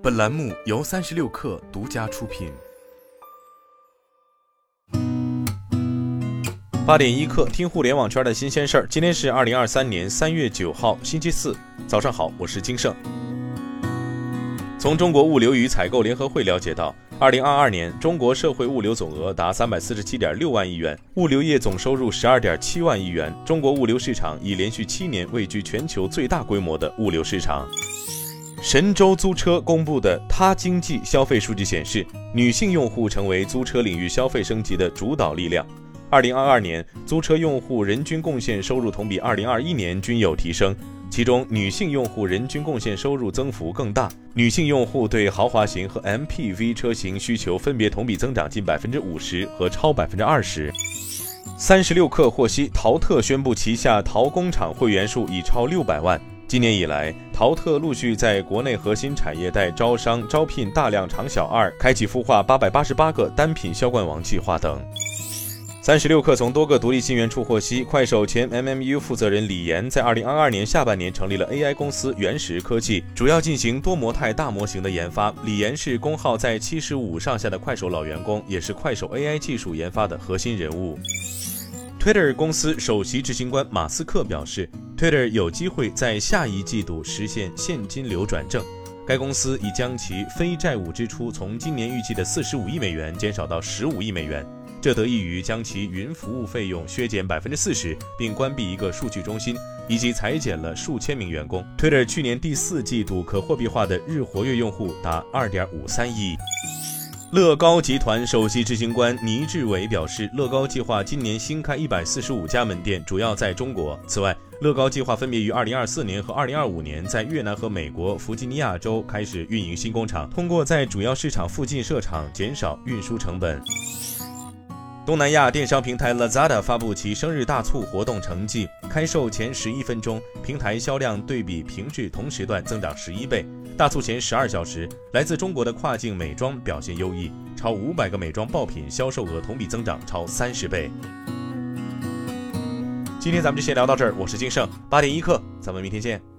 本栏目由36氪独家出品。 8点1刻，听互联网圈的新鲜事儿。今天是2023年3月9号，星期四，早上好，我是金盛。从中国物流与采购联合会了解到，2022年中国社会物流总额达347.6万亿元，物流业总收入12.7万亿元。中国物流市场已连续7年位居全球最大规模的物流市场。神州租车公布的他经济消费数据显示，女性用户成为租车领域消费升级的主导力量。2022年，租车用户人均贡献收入同比2021年均有提升，其中女性用户人均贡献收入增幅更大。女性用户对豪华型和 MPV 车型需求分别同比增长近50%和超20%。36氪获悉，淘特宣布旗下淘工厂会员数已超600万。今年以来，淘特陆续在国内核心产业带招商招聘大量厂小二，开启孵化888个单品销冠王计划等。36氪从多个独立信源处获悉，快手前 MMU 负责人李岩在2022年下半年成立了 AI 公司原石科技，主要进行多模态大模型的研发。李岩是功耗在75上下的快手老员工，也是快手 AI 技术研发的核心人物。Twitter 公司首席执行官马斯克表示， Twitter 有机会在下一季度实现现金流转正。该公司已将其非债务支出从今年预计的45亿美元减少到15亿美元，这得益于将其云服务费用削减40%，并关闭一个数据中心，以及裁减了数千名员工。Twitter 去年第4季度可货币化的日活跃用户达2.53亿。乐高集团首席执行官倪志伟表示，乐高计划今年新开145家门店，主要在中国。此外，乐高计划分别于2024年和2025年在越南和美国弗吉尼亚州开始运营新工厂，通过在主要市场附近设厂，减少运输成本。东南亚电商平台 Lazada 发布其生日大促活动成绩，开售前11分钟，平台销量对比平日同时段增长11倍。大促前12小时，来自中国的跨境美妆表现优异，超500个美妆爆品销售额同比增长超30倍。今天咱们就先聊到这儿，我是金盛，8点1刻，咱们明天见。